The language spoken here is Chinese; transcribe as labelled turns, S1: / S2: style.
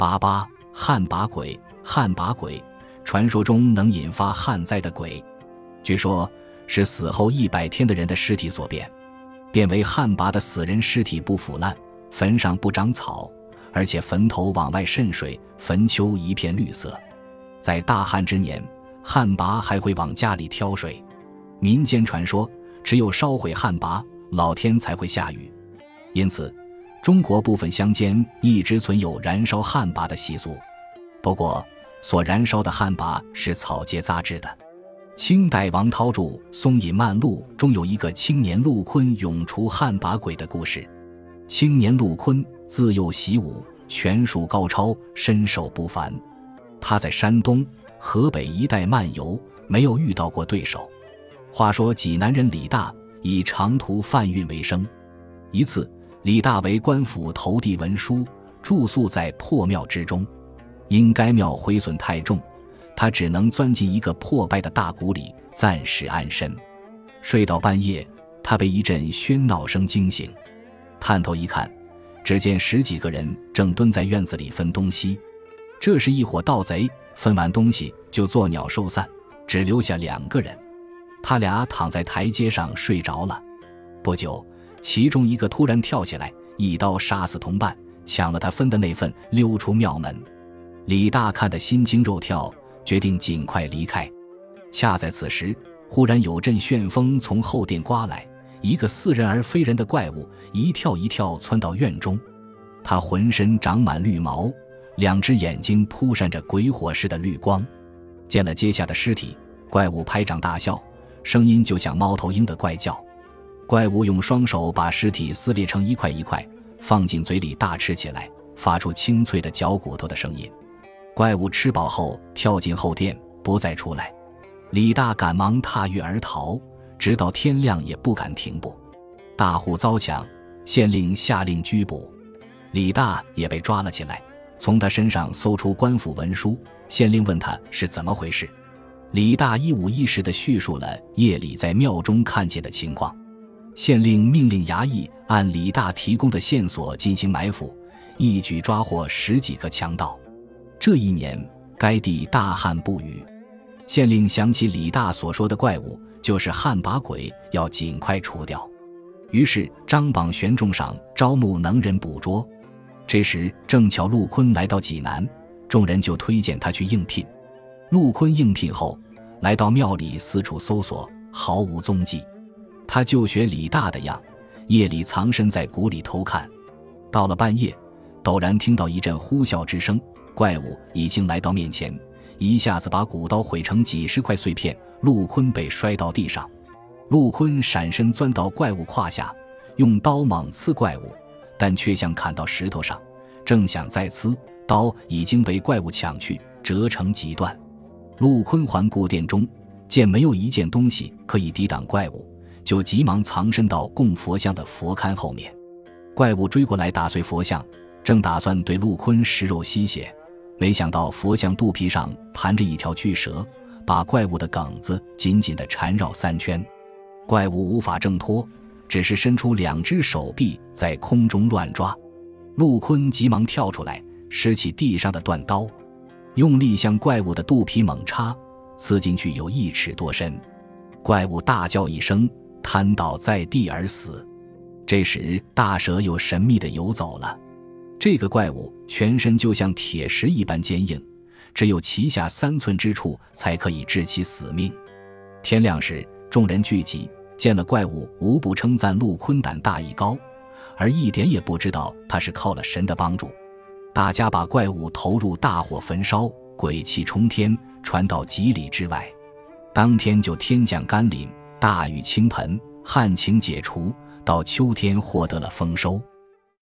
S1: 88旱魃鬼，旱魃鬼，传说中能引发旱灾的鬼，据说是死后100天的人的尸体所变，变为旱魃的死人尸体不腐烂，坟上不长草，而且坟头往外渗水，坟丘一片绿色。在大旱之年，旱魃还会往家里挑水。民间传说，只有烧毁旱魃，老天才会下雨。因此，中国部分乡间一直存有燃烧旱魃的习俗。不过，所燃烧的旱魃是草芥杂质的。清代王涛著《松隐漫录》中有一个青年陆坤永除旱魃鬼的故事。青年陆坤自幼习武，拳术高超，身手不凡。他在山东、河北一带漫游，没有遇到过对手。话说济南人李大以长途贩运为生。一次，李大为官府投递文书，住宿在破庙之中。因该庙毁损太重，他只能钻进一个破败的大谷里，暂时安身。睡到半夜，他被一阵喧闹声惊醒，探头一看，只见10几个人正蹲在院子里分东西。这是一伙盗贼，分完东西就作鸟兽散，只留下2个人。他俩躺在台阶上睡着了。不久，其中一个突然跳起来，一刀杀死同伴，抢了他分的那份，溜出庙门。李大看得心惊肉跳，决定尽快离开。恰在此时，忽然有阵旋风从后殿刮来，一个似人而非人的怪物一跳一跳窜到院中。他浑身长满绿毛，2只眼睛扑闪着鬼火似的绿光。见了阶下的尸体，怪物拍掌大笑，声音就像猫头鹰的怪叫。怪物用双手把尸体撕裂成一块一块，放进嘴里大吃起来，发出清脆的嚼骨头的声音。怪物吃饱后跳进后殿，不再出来。李大赶忙踏狱而逃，直到天亮也不敢停步。大户遭抢，县令下令拘捕。李大也被抓了起来，从他身上搜出官府文书。县令问他是怎么回事，李大一五一十地叙述了夜里在庙中看见的情况。县令命令衙役按李大提供的线索进行埋伏，一举抓获10几个强盗。这一年，该地大旱不雨。县令想起李大所说的怪物就是旱魃鬼，要尽快除掉，于是张榜悬重赏，招募能人捕捉。这时正巧陆坤来到济南，众人就推荐他去应聘。陆坤应聘后，来到庙里四处搜索，毫无踪迹。他就学李大的样，夜里藏身在谷里偷看。到了半夜，陡然听到一阵呼啸之声，怪物已经来到面前，一下子把古刀毁成几10块碎片，陆坤被摔到地上。陆坤闪身钻到怪物胯下，用刀猛刺怪物，但却像砍到石头上，正想再刺，刀已经被怪物抢去，折成几段。陆坤环顾殿中，见没有一件东西可以抵挡怪物，就急忙藏身到供佛像的佛龛后面。怪物追过来打碎佛像，正打算对陆坤食肉吸血，没想到佛像肚皮上盘着一条巨蛇，把怪物的梗子紧紧地缠绕3圈。怪物无法挣脱，只是伸出2只手臂在空中乱抓。陆坤急忙跳出来，拾起地上的断刀，用力向怪物的肚皮猛插，刺进去有1尺多深。怪物大叫一声，瘫倒在地而死。这时大蛇又神秘地游走了。这个怪物全身就像铁石一般坚硬，只有脐下3寸之处才可以致其死命。天亮时，众人聚集，见了怪物，无不称赞陆坤胆大艺高，而一点也不知道他是靠了神的帮助。大家把怪物投入大火焚烧，鬼气冲天，传到几里之外。当天就天降甘霖，大雨倾盆，旱情解除，到秋天获得了丰收。